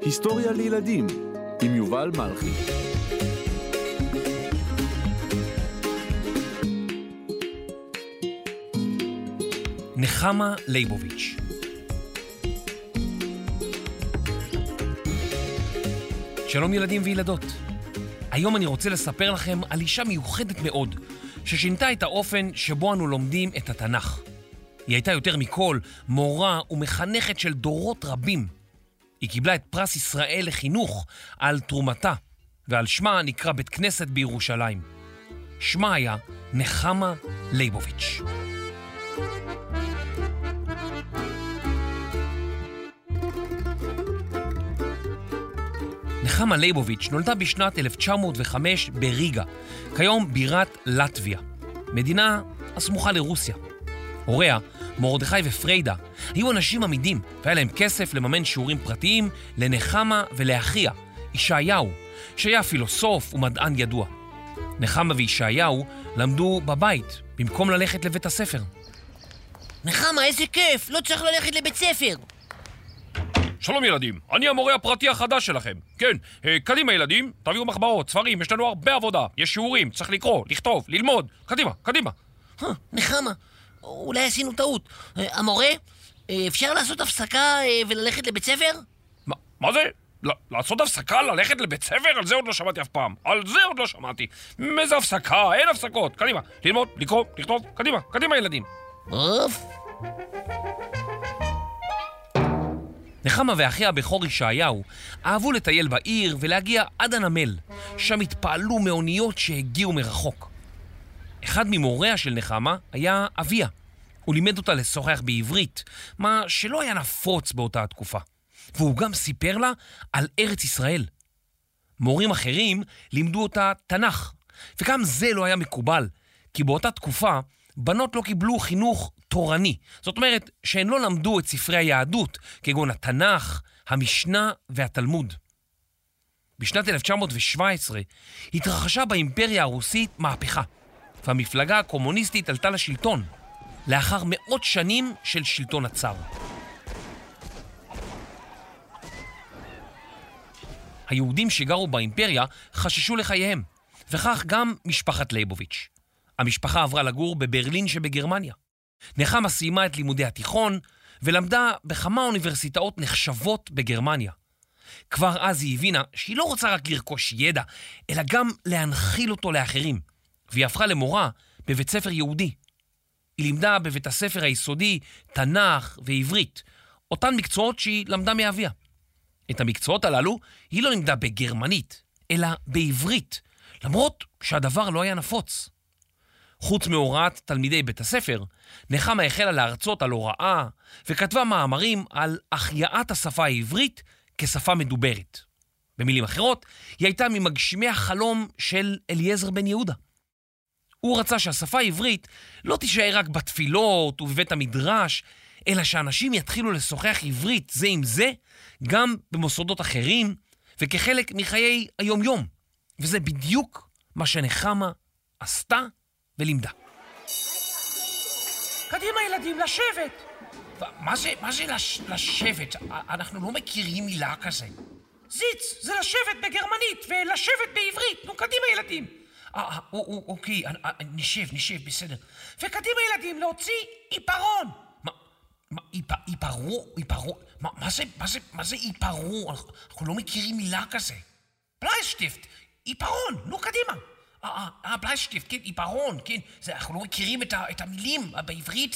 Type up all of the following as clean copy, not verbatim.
היסטוריה לילדים עם יובל מלכי. נחמה ליבוביץ'. שלום ילדים וילדות. היום אני רוצה לספר לכם על אישה מיוחדת מאוד ששינתה את האופן שבו אנו לומדים את התנ"ך. היא הייתה יותר מכל מורה ומחנכת של דורות רבים. היא קיבלה את פרס ישראל לחינוך על תרומתה, ועל שמה נקרא בית כנסת בירושלים. שמה היה נחמה ליבוביץ'. נחמה ליבוביץ' נולדה בשנת 1905 בריגה, כיום בירת לטביה, מדינה הסמוכה לרוסיה. הוריה, מרדכי ופריידה, היו אנשים עמידים, והיה להם כסף לממן שיעורים פרטיים לנחמה ולאחיה, ישעיהו, שהיה פילוסוף ומדען ידוע. נחמה וישעיהו למדו בבית, במקום ללכת לבית הספר. נחמה, איזה כיף, לא צריך ללכת לבית ספר. שלום ילדים, אני המורה הפרטי החדש שלכם. כן, קדימה ילדים, תביאו מחברות, ספרים, יש לנו הרבה עבודה, יש שיעורים, צריך לקרוא, לכתוב, ללמוד. קדימה, קדימה. נחמה, אולי עשינו טעות. המורה, אפשר לעשות הפסקה וללכת לבית ספר? מה זה? לעשות הפסקה, ללכת לבית ספר? על זה עוד לא שמעתי אף פעם. על זה עוד לא שמעתי. מאיזה הפסקה? אין הפסקות. קדימה, ללמוד, לקרוא, לכתוב. קדימה, קדימה ילדים. אוף. נחמה ואחיה הבכור ישעיהו אהבו לטייל בעיר ולהגיע עד הנמל, שם התפעלו מאוניות שהגיעו מרחוק. אחד ממוריה של נחמה היה אביה. הוא לימד אותה לשוחח בעברית, מה שלא היה נפוץ באותה התקופה. והוא גם סיפר לה על ארץ ישראל. מורים אחרים לימדו אותה תנ"ך, וגם זה לא היה מקובל, כי באותה תקופה בנות לא קיבלו חינוך תורני. זאת אומרת שהן לא למדו את ספרי היהדות, כגון התנ"ך, המשנה והתלמוד. בשנת 1917 התרחשה באימפריה הרוסית מהפכה, והמפלגה הקומוניסטית עלתה לשלטון, לאחר מאות שנים של שלטון הצאר. היהודים שגרו באימפריה חששו לחייהם, וכך גם משפחת ליבוביץ'. המשפחה עברה לגור בברלין שבגרמניה. נחמה סיימה את לימודי התיכון ולמדה בכמה אוניברסיטאות נחשבות בגרמניה. כבר אז היא הבינה שהיא לא רוצה רק לרכוש ידע, אלא גם להנחיל אותו לאחרים, והיא הפכה למורה בבית ספר יהודי. היא לימדה בבית הספר היסודי תנ"ך ועברית, אותן מקצועות שהיא למדה מאביה. את המקצועות הללו היא לא לימדה בגרמנית, אלא בעברית, למרות שהדבר לא היה נפוץ. חוץ מהוראת תלמידי בית הספר, נחמה החלה להרצות על הוראה וכתבה מאמרים על החייאת השפה העברית כשפה מדוברת. במילים אחרות, היא הייתה ממגשימי החלום של אליעזר בן יהודה. הוא רצה שהשפה העברית לא תישאר רק בתפילות ובבית המדרש, אלא שאנשים יתחילו לשוחח עברית זה עם זה, גם במוסדות אחרים וכחלק מחיי היום-יום. וזה בדיוק מה שנחמה עשתה ולימדה. קדימה ילדים, לשבת. מה זה לשבת? אנחנו לא מכירים מילה כזה. זיץ, זה לשבת בגרמנית ולשבת בעברית. נו, קדימה ילדים. אוקיי, נשב, בסדר. וקדימה ילדים, להוציא עיפרון. עיפרון? מה זה עיפרון? אנחנו לא מכירים מילה כזה. בלייסטיפט, עיפרון, נו קדימה. בלייסטיפט, כן, עיפרון, כן. אנחנו לא מכירים את המילים בעברית,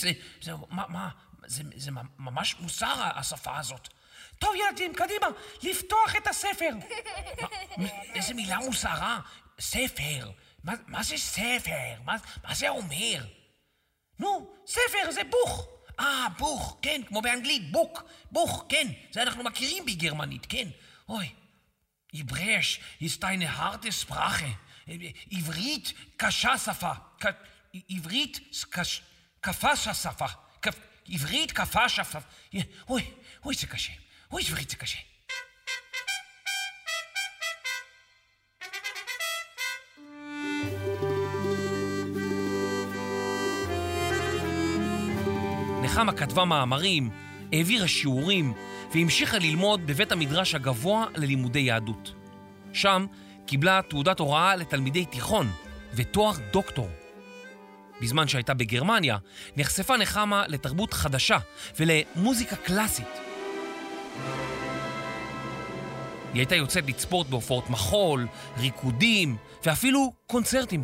זה ממש מוזר השפה הזאת. טוב ילדים, קדימה, לפתוח את הספר. איזה מילה מוזרה. ספר. מה זה ספר? מה זה אומר? נו, ספר זה בוך. בוך, כן, כמו באנגלית, בוך, כן. זה אנחנו מכירים בגרמנית, כן. אוי, Hebräisch ist eine harte Sprache. עברית קשה שפה. עברית קפה שפה. עברית קפה שפה. אוי, זה קשה. אוי, עברית זה קשה. נחמה כתבה מאמרים, העבירה שיעורים, והמשיכה ללמוד בבית המדרש הגבוה ללימודי יהדות. שם קיבלה תעודת הוראה לתלמידי תיכון ותואר דוקטור. בזמן שהייתה בגרמניה, נחשפה נחמה לתרבות חדשה ולמוזיקה קלאסית. היא הייתה יוצאת לצפות בהופעות מחול, ריקודים ואפילו קונצרטים.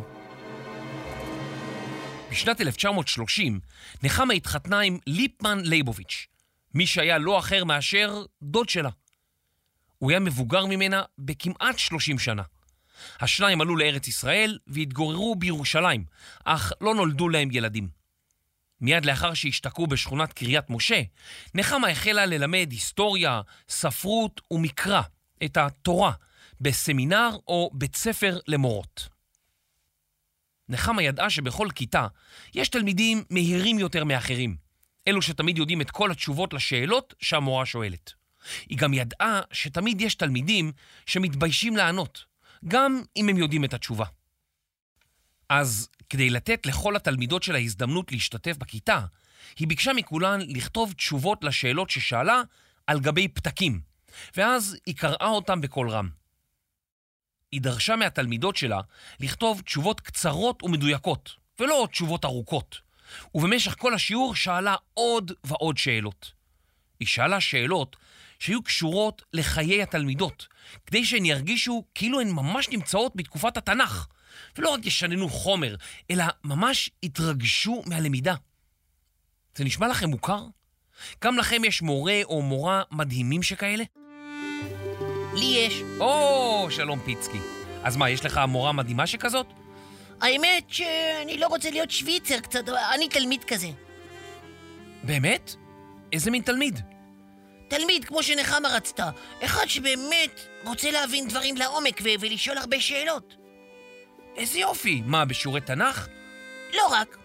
בשנת 1930 נחמה התחתנה עם ליפמן לייבוביץ', מי שהיה לא אחר מאשר דוד שלה. הוא היה מבוגר ממנה בכמעט 30 שנה. השניים עלו לארץ ישראל והתגוררו בירושלים, אך לא נולדו להם ילדים. מיד לאחר שהשתקעו בשכונת קריית משה, נחמה החלה ללמד היסטוריה, ספרות ומקרא, את התורה, בסמינר או בית ספר למורות. נחמה ידעה שבכל כיתה יש תלמידים מהירים יותר מאחרים, אלו שתמיד יודעים את כל התשובות לשאלות שהמורה שואלת. היא גם ידעה שתמיד יש תלמידים שמתביישים לענות, גם אם הם יודעים את התשובה. אז כדי לתת לכל התלמידות שלה הזדמנות להשתתף בכיתה, היא ביקשה מכולן לכתוב תשובות לשאלות ששאלה על גבי פתקים, ואז היא קראה אותם בקול רם. היא דרשה מהתלמידות שלה לכתוב תשובות קצרות ומדויקות, ולא תשובות ארוכות, ובמשך כל השיעור שאלה עוד ועוד שאלות. היא שאלה שאלות שהיו קשורות לחיי התלמידות, כדי שהן ירגישו כאילו הן ממש נמצאות בתקופת התנ"ך, ולא רק ישננו חומר, אלא ממש התרגשו מהלמידה. זה נשמע לכם מוכר? גם לכם יש מורה או מורה מדהימים שכאלה? לי יש. שלום פיצקי. אז מה, יש לך מורה מדהימה שכזאת? האמת שאני לא רוצה להיות שוויצר קצת, אבל אני תלמיד כזה. באמת? איזה מין תלמיד? תלמיד כמו שנחמה רצתה, אחד שבאמת רוצה להבין דברים לעומק ולשאול הרבה שאלות. איזה יופי. מה, בשיעורי תנ"ך? לא רק.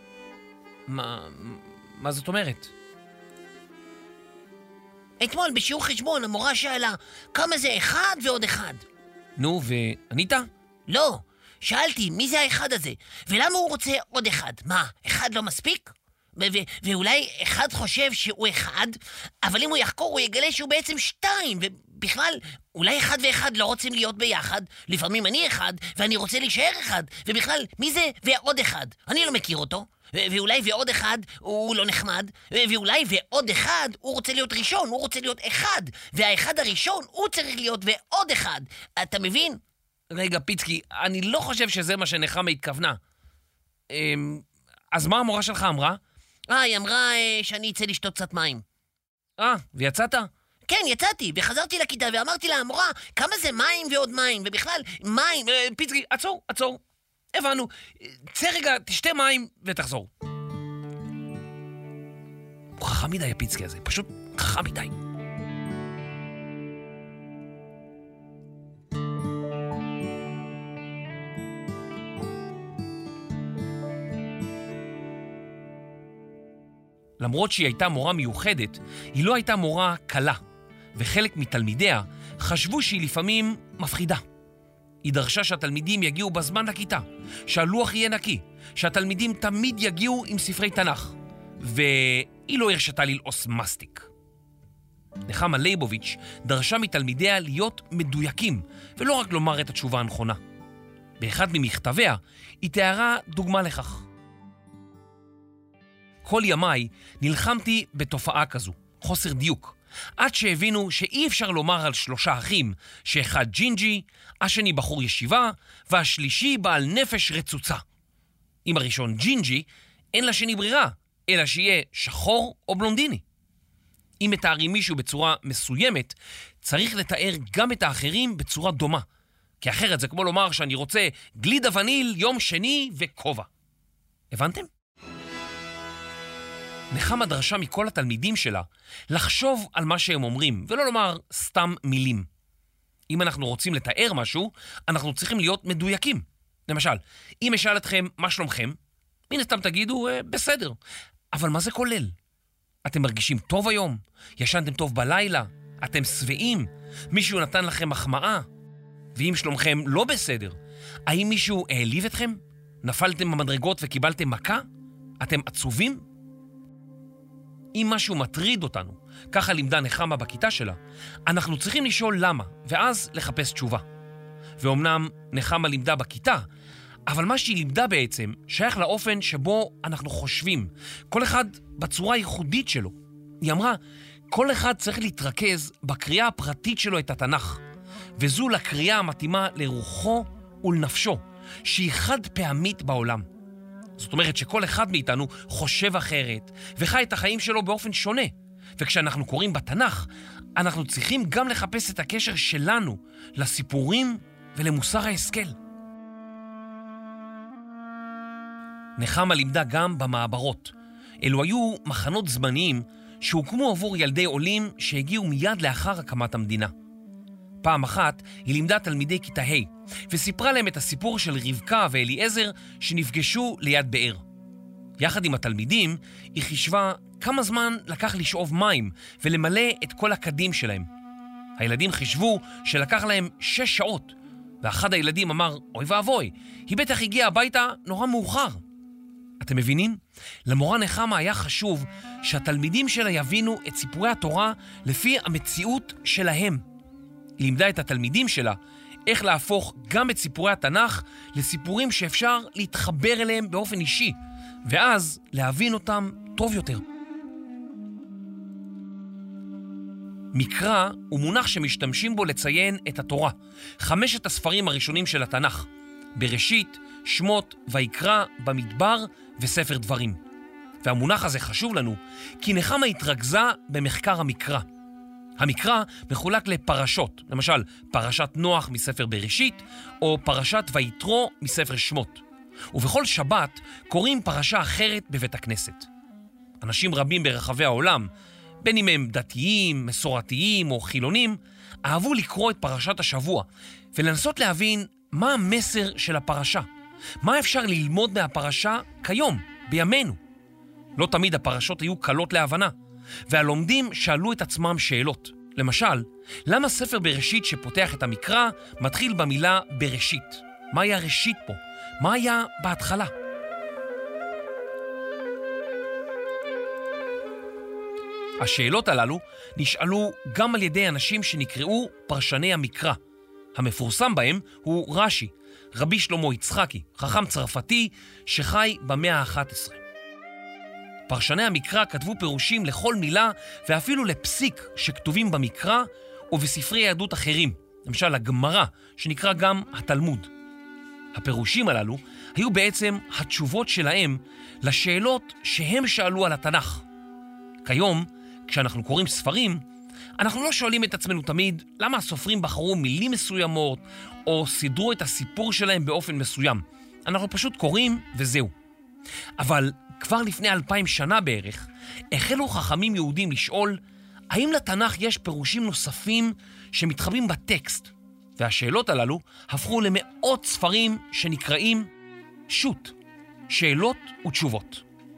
מה זאת אומרת? אתמול בשיעור חשבון המורה שאלה כמה זה 1 ועוד 1. נו, וענית? לא, שאלתי מי זה האחד הזה, ולמה הוא רוצה עוד 1? מה, 1 לא מספיק? ואולי 1 חושב שהוא 1, אבל אם הוא יחקור הוא יגלה שהוא בעצם 2, ובכלל, אולי 1 ו1 לא רוצים להיות ביחד, לפעמים אני 1 ואני רוצה להישאר 1, ובכלל, מי זה ועוד 1? אני לא מכיר אותו. ואולי ועוד 1 הוא לא נחמד, ואולי ועוד 1 הוא רוצה להיות ראשון, הוא רוצה להיות 1, והאחד הראשון הוא צריך להיות ועוד 1. אתה מבין? רגע, פיצקי, אני לא חושב שזה מה שנחמה התכוונה. אז מה המורה שלך אמרה? היא אמרה שאני אצא לשתות קצת מים. ויצאת? כן, יצאתי, וחזרתי לכיתה ואמרתי לה, המורה, כמה זה מים ועוד מים, ובכלל, מים... פיצקי, עצור. הבנו. צא רגע, תשתה מים ותחזור. הוא חכם מדי הפיצקי הזה, פשוט חכם מדי. למרות שהיא הייתה מורה מיוחדת, היא לא הייתה מורה קלה, וחלק מתלמידיה חשבו שהיא לפעמים מפחידה. היא דרשה שהתלמידים יגיעו בזמן לכיתה, שהלוח יהיה נקי, שהתלמידים תמיד יגיעו עם ספרי תנ"ך, והיא לא הרשתה ללעוס מסטיק. נחמה לייבוביץ' דרשה מתלמידיה להיות מדויקים, ולא רק לומר את התשובה הנכונה. באחד ממכתביה היא תיארה דוגמה לכך. כל ימיי נלחמתי בתופעה כזו, חוסר דיוק, עד שהבינו שאי אפשר לומר על 3 אחים שאחד ג'ינג'י, השני בחור ישיבה, והשלישי בעל נפש רצוצה. אם הראשון ג'ינג'י, אין לשני ברירה, אלא שיהיה שחור או בלונדיני. אם מתארים מישהו בצורה מסוימת, צריך לתאר גם את האחרים בצורה דומה, כי אחרת זה כמו לומר שאני רוצה גלידה וניל יום שני וכובע. הבנתם? נחמה דרשה מכל התלמידים שלה לחשוב על מה שהם אומרים, ולא לומר סתם מילים. אם אנחנו רוצים לתאר משהו, אנחנו צריכים להיות מדויקים. למשל, אם אשאל אתכם מה שלומכם, מן הסתם תגידו בסדר. אבל מה זה כולל? אתם מרגישים טוב היום? ישנתם טוב בלילה? אתם שבעים? מישהו נתן לכם מחמאה? ואם שלומכם לא בסדר, האם מישהו העליב אתכם? נפלתם במדרגות וקיבלתם מכה? אתם עצובים? אם משהו מטריד אותנו, ככה לימדה נחמה בכיתה שלה, אנחנו צריכים לשאול למה, ואז לחפש תשובה. ואומנם נחמה לימדה בכיתה, אבל מה שהיא לימדה בעצם שייך לאופן שבו אנחנו חושבים, כל אחד בצורה הייחודית שלו. היא אמרה, כל אחד צריך להתרכז בקריאה הפרטית שלו את התנ"ך, וזו לקריאה המתאימה לרוחו ולנפשו, שהיא חד פעמית בעולם. זאת אומרת שכל אחד מאיתנו חושב אחרת, וחי את החיים שלו באופן שונה. וכשאנחנו קוראים בתנ"ך, אנחנו צריכים גם לחפש את הקשר שלנו לסיפורים ולמוסר ההשכל. נחמה לימדה גם במעברות. אלו היו מחנות זמניים שהוקמו עבור ילדי עולים שהגיעו מיד לאחר הקמת המדינה. פעם אחת היא לימדה תלמידי כיתה ה' וסיפרה להם את הסיפור של רבקה ואליעזר שנפגשו ליד באר. יחד עם התלמידים היא חישבה כמה זמן לקח לשאוב מים ולמלא את כל הקדים שלהם. הילדים חישבו שלקח להם 6 שעות, ואחד הילדים אמר, אוי ואבוי, היא בטח הגיעה הביתה נורא מאוחר. אתם מבינים? למורה נחמה היה חשוב שהתלמידים שלה יבינו את סיפורי התורה לפי המציאות שלהם. היא לימדה את התלמידים שלה איך להפוך גם את סיפורי התנ"ך לסיפורים שאפשר להתחבר אליהם באופן אישי, ואז להבין אותם טוב יותר. מקרא הוא מונח שמשתמשים בו לציין את התורה, 5 הספרים הראשונים של התנ"ך, בראשית, שמות, ויקרא, במדבר וספר דברים. והמונח הזה חשוב לנו כי נחמה התרכזה במחקר המקרא. המקרא מחולק לפרשות, למשל פרשת נוח מספר בראשית, או פרשת ויתרו מספר שמות. ובכל שבת קוראים פרשה אחרת בבית הכנסת. אנשים רבים ברחבי העולם, בין אם הם דתיים, מסורתיים או חילונים, אהבו לקרוא את פרשת השבוע ולנסות להבין מה המסר של הפרשה. מה אפשר ללמוד מהפרשה כיום, בימינו? לא תמיד הפרשות היו קלות להבנה, והלומדים שאלו את עצמם שאלות. למשל, למה ספר בראשית שפותח את המקרא מתחיל במילה בראשית? מה היה ראשית פה? מה היה בהתחלה? השאלות הללו נשאלו גם על ידי אנשים שנקראו פרשני המקרא. המפורסם בהם הוא רש"י, רבי שלמה יצחקי, חכם צרפתי שחי במאה ה-11. פרשני המקרא כתבו פירושים לכל מילה ואפילו לפסיק שכתובים במקרא ובספרי יהדות אחרים, למשל הגמרא, שנקרא גם התלמוד. הפירושים הללו היו בעצם התשובות שלהם לשאלות שהם שאלו על התנ"ך. כיום, כשאנחנו קוראים ספרים, אנחנו לא שואלים את עצמנו תמיד למה הסופרים בחרו מילים מסוימות או סידרו את הסיפור שלהם באופן מסוים. אנחנו פשוט קוראים וזהו. אבל כבר לפני 2000 שנה בערך, החלו חכמים יהודים לשאול האם לתנ"ך יש פירושים נוספים שמתחבאים בטקסט, והשאלות הללו הפכו למאות ספרים שנקראים שו"ת, שאלות ותשובות.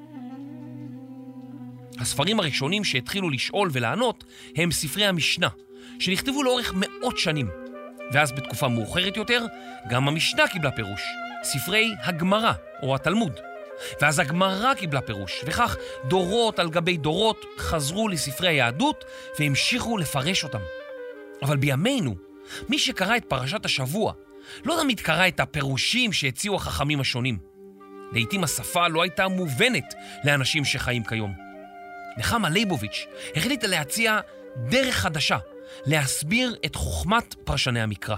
הספרים הראשונים שהתחילו לשאול ולענות הם ספרי המשנה, שנכתבו לאורך מאות שנים. ואז בתקופה מאוחרת יותר, גם המשנה קיבלה פירוש, ספרי הגמרא או התלמוד. ואז הגמרא קיבלה פירוש, וכך דורות על גבי דורות חזרו לספרי היהדות והמשיכו לפרש אותם. אבל בימינו, מי שקרא את פרשת השבוע לא תמיד קרא את הפירושים שהציעו החכמים השונים. לעתים השפה לא הייתה מובנת לאנשים שחיים כיום. נחמה ליבוביץ' החליטה להציע דרך חדשה להסביר את חוכמת פרשני המקרא.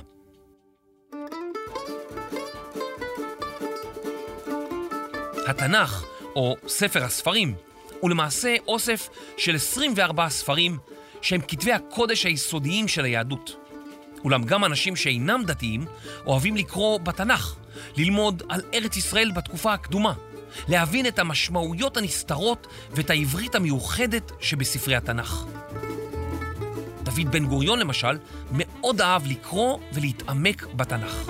התנ"ך, או ספר הספרים, הוא למעשה אוסף של 24 ספרים שהם כתבי הקודש היסודיים של היהדות. אולם גם אנשים שאינם דתיים אוהבים לקרוא בתנ"ך, ללמוד על ארץ ישראל בתקופה הקדומה, להבין את המשמעויות הנסתרות ואת העברית המיוחדת שבספרי התנ"ך. דוד בן גוריון למשל מאוד אהב לקרוא ולהתעמק בתנ"ך.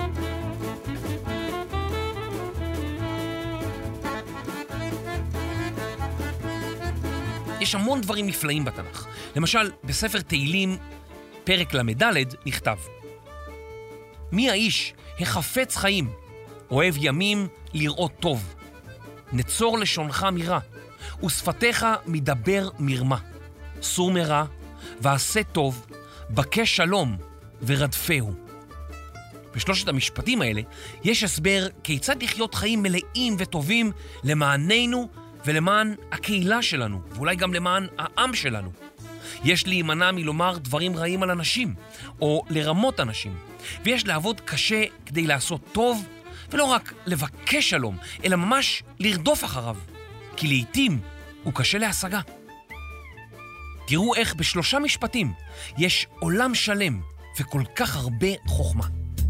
יש המון דברים נפלאים בתנ"ך. למשל, בספר תהילים, פרק למד' נכתב: מי האיש החפץ חיים, אוהב ימים לראות טוב, נצור לשונך מרע, ושפתיך מדבר מרמה. סור מרע, ועשה טוב, בקש שלום, ורדפהו. בשלושת המשפטים האלה יש הסבר כיצד לחיות חיים מלאים וטובים למעננו ולמען הקהילה שלנו, ואולי גם למען העם שלנו. יש להימנע מלומר דברים רעים על אנשים, או לרמות אנשים, ויש לעבוד קשה כדי לעשות טוב, ולא רק לבקש שלום, אלא ממש לרדוף אחריו, כי לעתים הוא קשה להשגה. תראו איך בשלושה משפטים יש עולם שלם וכל כך הרבה חוכמה.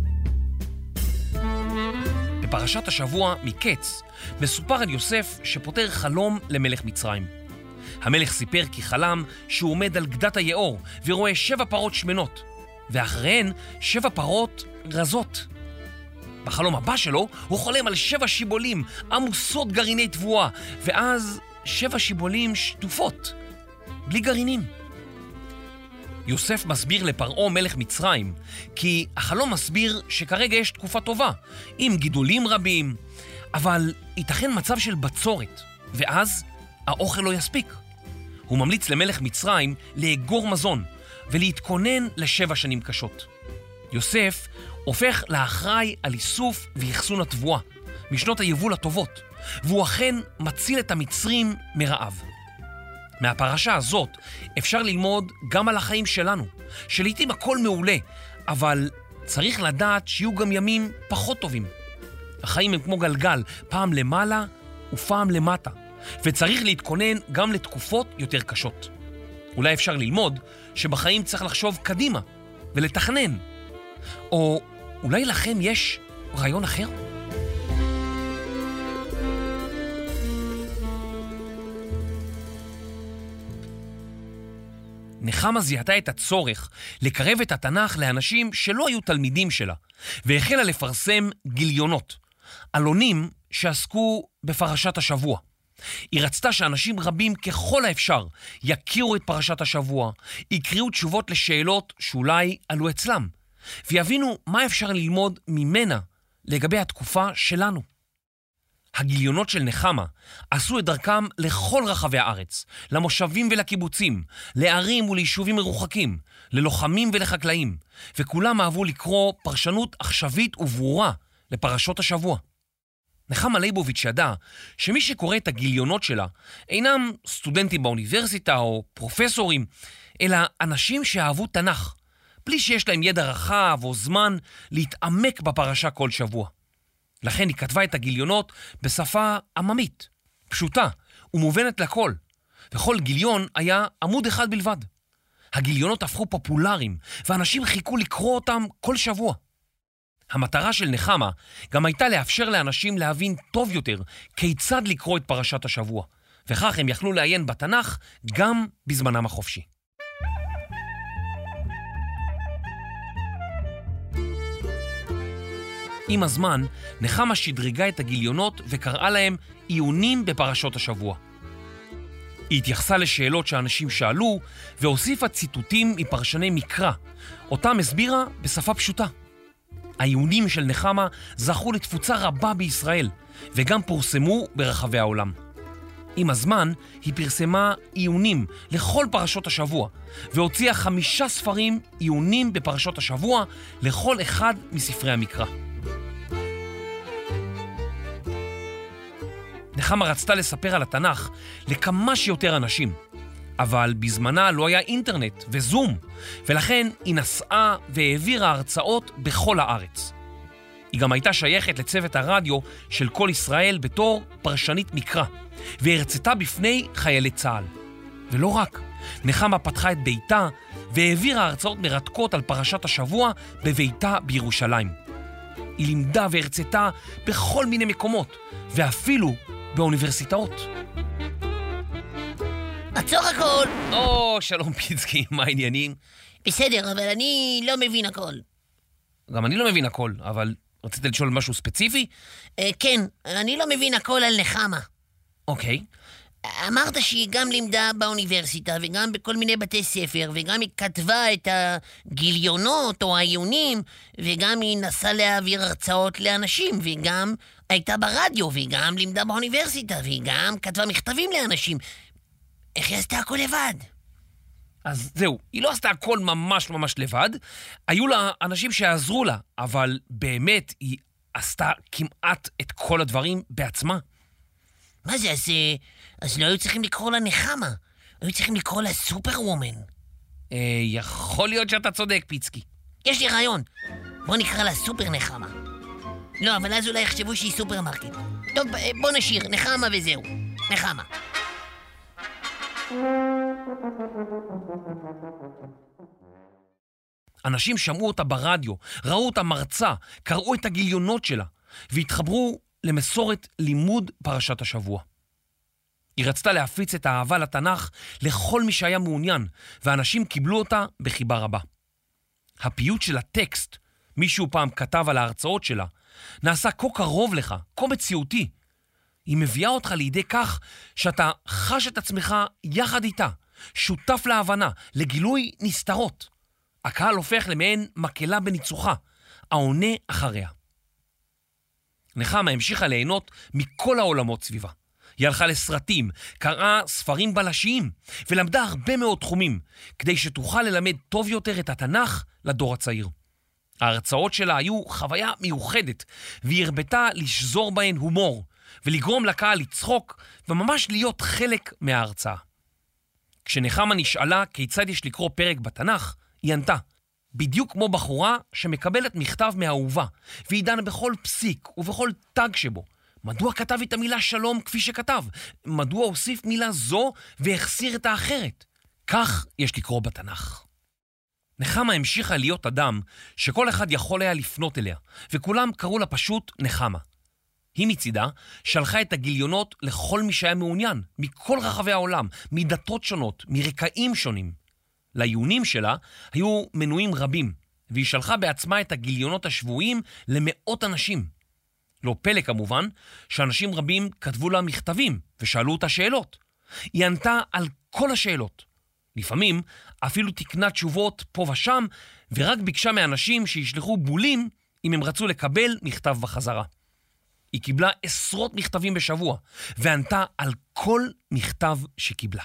בפרשת השבוע מקץ מסופר על יוסף שפותר חלום למלך מצרים. המלך סיפר כי חלם שהוא עומד על גדת היאור ורואה 7 פרות שמנות, ואחריהן 7 פרות רזות. בחלום הבא שלו הוא חולם על 7 שיבולים עמוסות גרעיני תבואה, ואז 7 שיבולים שטופות, בלי גרעינים. יוסף מסביר לפרעה מלך מצרים כי החלום מסביר שכרגע יש תקופה טובה, עם גידולים רבים, אבל ייתכן מצב של בצורת, ואז האוכל לא יספיק. הוא ממליץ למלך מצרים לאגור מזון ולהתכונן ל7 שנים קשות. יוסף הופך לאחראי על איסוף ואחסון התבואה משנות היבול הטובות, והוא אכן מציל את המצרים מרעב. מהפרשה הזאת אפשר ללמוד גם על החיים שלנו, שלעיתים הכל מעולה, אבל צריך לדעת שיהיו גם ימים פחות טובים. החיים הם כמו גלגל, פעם למעלה ופעם למטה, וצריך להתכונן גם לתקופות יותר קשות. אולי אפשר ללמוד שבחיים צריך לחשוב קדימה ולתכנן. או אולי לכם יש רעיון אחר? נחמה זיהתה את הצורך לקרב את התנ"ך לאנשים שלא היו תלמידים שלה, והחלה לפרסם גיליונות, עלונים שעסקו בפרשת השבוע. היא רצתה שאנשים רבים ככל האפשר יכירו את פרשת השבוע, יקראו תשובות לשאלות שאולי עלו אצלם, ויבינו מה אפשר ללמוד ממנה לגבי התקופה שלנו. הגיליונות של נחמה עשו את דרכם לכל רחבי הארץ, למושבים ולקיבוצים, לערים וליישובים מרוחקים, ללוחמים ולחקלאים, וכולם אהבו לקרוא פרשנות עכשווית וברורה לפרשות השבוע. נחמה ליבוביץ' ידע שמי שקורא את הגיליונות שלה אינם סטודנטים באוניברסיטה או פרופסורים, אלא אנשים שאהבו תנ"ך, בלי שיש להם ידע רחב או זמן להתעמק בפרשה כל שבוע. לכן היא כתבה את הגיליונות בשפה עממית, פשוטה ומובנת לכל, וכל גיליון היה עמוד אחד בלבד. הגיליונות הפכו פופולריים, ואנשים חיכו לקרוא אותם כל שבוע. המטרה של נחמה גם הייתה לאפשר לאנשים להבין טוב יותר כיצד לקרוא את פרשת השבוע, וכך הם יכלו לעיין בתנ"ך גם בזמנם החופשי. עם הזמן, נחמה שדרגה את הגיליונות וקראה להם עיונים בפרשות השבוע. היא התייחסה לשאלות שאנשים שאלו והוסיפה ציטוטים מפרשני מקרא, אותם הסבירה בשפה פשוטה. העיונים של נחמה זכו לתפוצה רבה בישראל וגם פורסמו ברחבי העולם. עם הזמן היא פרסמה עיונים לכל פרשות השבוע והוציאה 5 ספרים עיונים בפרשות השבוע לכל אחד מספרי המקרא. נחמה רצתה לספר על התנ"ך לכמה שיותר אנשים, אבל בזמנה לא היה אינטרנט וזום, ולכן היא נסעה והעבירה הרצאות בכל הארץ. היא גם הייתה שייכת לצוות הרדיו של כל ישראל בתור פרשנית מקרא, והרצתה בפני חיילי צה"ל. ולא רק, נחמה פתחה את ביתה והעבירה הרצאות מרתקות על פרשת השבוע בביתה בירושלים. היא לימדה והרצתה בכל מיני מקומות, ואפילו באוניברסיטאות. עצור הכל. שלום פיצקי, מה העניינים? בסדר, אבל אני לא מבין הכל. גם אני לא מבין הכל, אבל רצית לשאול משהו ספציפי? כן, אני לא מבין הכל על נחמה. אוקיי. אמרת שהיא גם לימדה באוניברסיטה וגם בכל מיני בתי ספר, וגם היא כתבה את הגיליונות או העיונים, וגם היא נסעה להעביר הרצאות לאנשים, וגם הייתה ברדיו, והיא גם לימדה באוניברסיטה, והיא גם כתבה מכתבים לאנשים. איך היא עשתה הכל לבד? אז זהו, היא לא עשתה הכל ממש ממש לבד, היו לה אנשים שעזרו לה, אבל באמת היא עשתה כמעט את כל הדברים בעצמה. מה זה, אז לא היו צריכים לקרוא לה נחמה, היו צריכים לקרוא לה סופר וומן. יכול להיות שאתה צודק, פיצקי. יש לי רעיון, בוא נקרא לה סופר נחמה. לא, אבל אז אולי יחשבו שהיא סופרמרקט. טוב, בוא נשאיר, נחמה וזהו. נחמה. אנשים שמעו אותה ברדיו, ראו אותה מרצה, קראו את הגיליונות שלה, והתחברו למסורת לימוד פרשת השבוע. היא רצתה להפיץ את האהבה לתנ"ך לכל מי שהיה מעוניין, ואנשים קיבלו אותה בחיבה רבה. הפיוט של הטקסט, מישהו פעם כתב על ההרצאות שלה, נעשה כה קרוב לך, כה מציאותי. היא מביאה אותך לידי כך שאתה חש את עצמך יחד איתה, שותף להבנה, לגילוי נסתרות. הקהל הופך למעין מקהלה בניצוחה, העונה אחריה. נחמה המשיכה ליהנות מכל העולמות סביבה. היא הלכה לסרטים, קראה ספרים בלשיים, ולמדה הרבה מאוד תחומים, כדי שתוכל ללמד טוב יותר את התנ"ך לדור הצעיר. ההרצאות שלה היו חוויה מיוחדת, והיא הרבתה לשזור בהן הומור, ולגרום לקהל לצחוק, וממש להיות חלק מההרצאה. כשנחמה נשאלה כיצד יש לקרוא פרק בתנ"ך, היא ענתה, בדיוק כמו בחורה שמקבלת מכתב מאהובה, והיא דנה בכל פסיק ובכל תג שבו. מדוע כתב את המילה שלום כפי שכתב? מדוע הוסיף מילה זו והחסיר את האחרת? כך יש לקרוא בתנ"ך. נחמה המשיכה להיות אדם שכל אחד יכול היה לפנות אליה, וכולם קראו לה פשוט נחמה. היא מצידה שלחה את הגיליונות לכל מי שהיה מעוניין, מכל רחבי העולם, מדתות שונות, מרקעים שונים. לעיונים שלה היו מנויים רבים, והיא שלחה בעצמה את הגיליונות השבועיים למאות אנשים. לא פלא כמובן שאנשים רבים כתבו לה מכתבים ושאלו אותה שאלות. היא ענתה על כל השאלות. לפעמים אפילו תקנה תשובות פה ושם, ורק ביקשה מאנשים שישלחו בולים אם הם רצו לקבל מכתב בחזרה. היא קיבלה עשרות מכתבים בשבוע, וענתה על כל מכתב שקיבלה.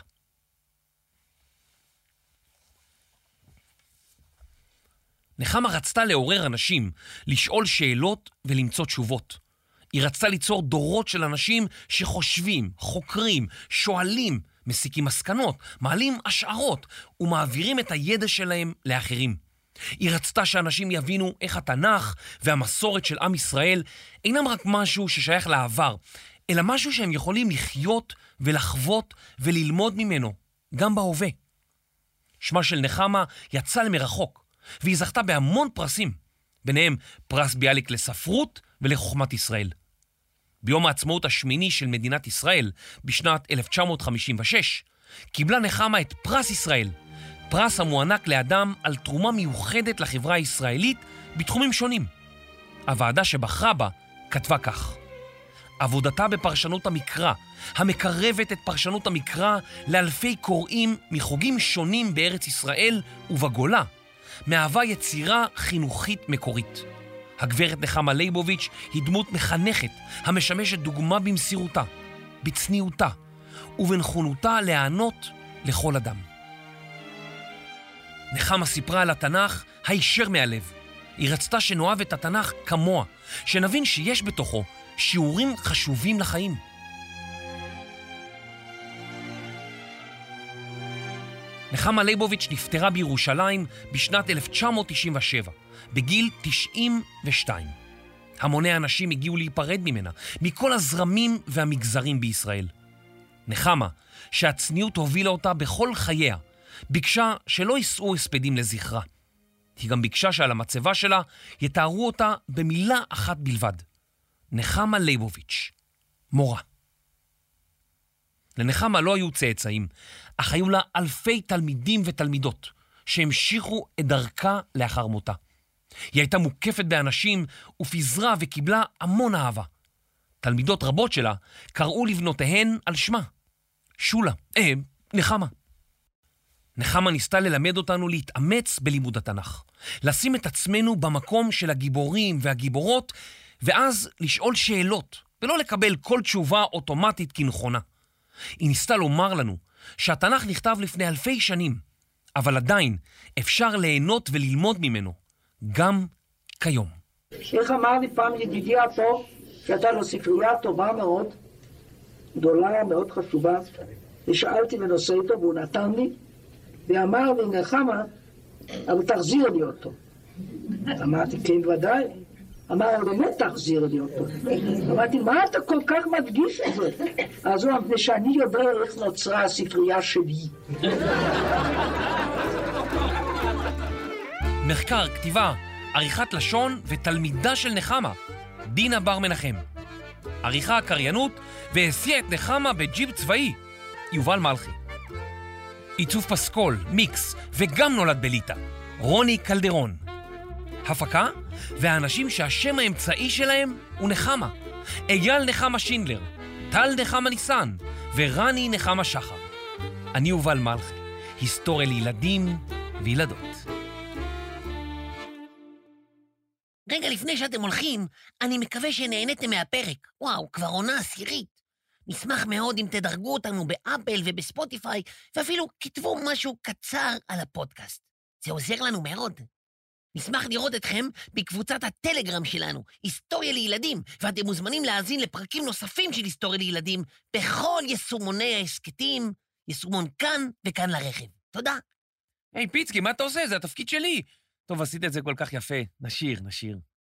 נחמה רצתה לעורר אנשים, לשאול שאלות ולמצוא תשובות. היא רצתה ליצור דורות של אנשים שחושבים, חוקרים, שואלים, מסיקים מסקנות, מעלים השערות ומעבירים את הידע שלהם לאחרים. היא רצתה שאנשים יבינו איך התנ"ך והמסורת של עם ישראל אינם רק משהו ששייך לעבר, אלא משהו שהם יכולים לחיות ולחוות וללמוד ממנו, גם בהווה. שמה של נחמה יצא למרחוק, והיא זכתה בהמון פרסים, ביניהם פרס ביאליק לספרות ולחוכמת ישראל. ביום העצמאות השמיני של מדינת ישראל, בשנת 1956, קיבלה נחמה את פרס ישראל, פרס המוענק לאדם על תרומה מיוחדת לחברה הישראלית בתחומים שונים. הוועדה שבחרה בה כתבה כך: עבודתה בפרשנות המקרא, המקרבת את פרשנות המקרא לאלפי קוראים מחוגים שונים בארץ ישראל ובגולה, מהווה יצירה חינוכית מקורית. הגברת נחמה ליבוביץ' היא דמות מחנכת, המשמשת דוגמה במסירותה, בצניעותה ובנכונותה להיענות לכל אדם. נחמה סיפרה על התנ"ך הישר מהלב. היא רצתה שנאהב את התנ"ך כמוה, שנבין שיש בתוכו שיעורים חשובים לחיים. נחמה ליבוביץ' נפטרה בירושלים בשנת 1997, בגיל 92. המוני אנשים הגיעו להיפרד ממנה, מכל הזרמים והמגזרים בישראל. נחמה, שהצניעות הובילה אותה בכל חייה, ביקשה שלא יישאו הספדים לזכרה. היא גם ביקשה שעל המצבה שלה יתארו אותה במילה אחת בלבד: נחמה ליבוביץ', מורה. לנחמה לא היו צאצאים, אך היו לה אלפי תלמידים ותלמידות שהמשיכו את דרכה לאחר מותה. היא הייתה מוקפת באנשים ופיזרה וקיבלה המון אהבה. תלמידות רבות שלה קראו לבנותיהן על שמה: שולה, נחמה. נחמה ניסתה ללמד אותנו להתאמץ בלימוד התנ"ך, לשים את עצמנו במקום של הגיבורים והגיבורות, ואז לשאול שאלות, ולא לקבל כל תשובה אוטומטית כנכונה. היא ניסתה לומר לנו שהתנ"ך נכתב לפני אלפי שנים, אבל עדיין אפשר ליהנות וללמוד ממנו, גם כיום. איך אמר לי פעם ידידי הטוב, שהייתה לו ספרייה טובה מאוד, גדולה מאוד חשובה, ושאלתי בנושא איתו והוא נתן לי, ואמר לי, נחמה, אבל תחזיר לי אותו. אמרתי, כן ודאי. אמר, באמת תחזיר לי אותו. אמרתי, מה אתה כל כך מדגיש את זה? אז הוא אמר, שאני יודע איך נוצרה הספרייה שלי. מחקר, כתיבה, עריכת לשון ותלמידה של נחמה, דינה בר מנחם. עריכה, קריינות, והסיע את נחמה בג'יפ צבאי, יובל מלכי. עיצוב פסקול, מיקס, וגם נולד בליטה, רוני קלדרון. הפקה, והאנשים שהשם האמצעי שלהם הוא נחמה. אייל נחמה שינדלר, טל נחמה ניסן, ורני נחמה שחר. אני יובל מלכי, היסטוריה לילדים וילדות. רגע לפני שאתם הולכים, אני מקווה שנהניתם מהפרק. וואו, כבר עונה עשירית. נשמח מאוד אם תדרגו אותנו באפל ובספוטיפיי, ואפילו כתבו משהו קצר על הפודקאסט. זה עוזר לנו מאוד. נשמח לראות אתכם בקבוצת הטלגרם שלנו, היסטוריה לילדים, ואתם מוזמנים להאזין לפרקים נוספים של היסטוריה לילדים בכל יישומוני העסקתים, יישומון כאן וכאן לרכב. תודה. היי פיצקי, מה אתה עושה? זה התפקיד שלי. טוב, עשית את זה כל כך יפה. נשיר.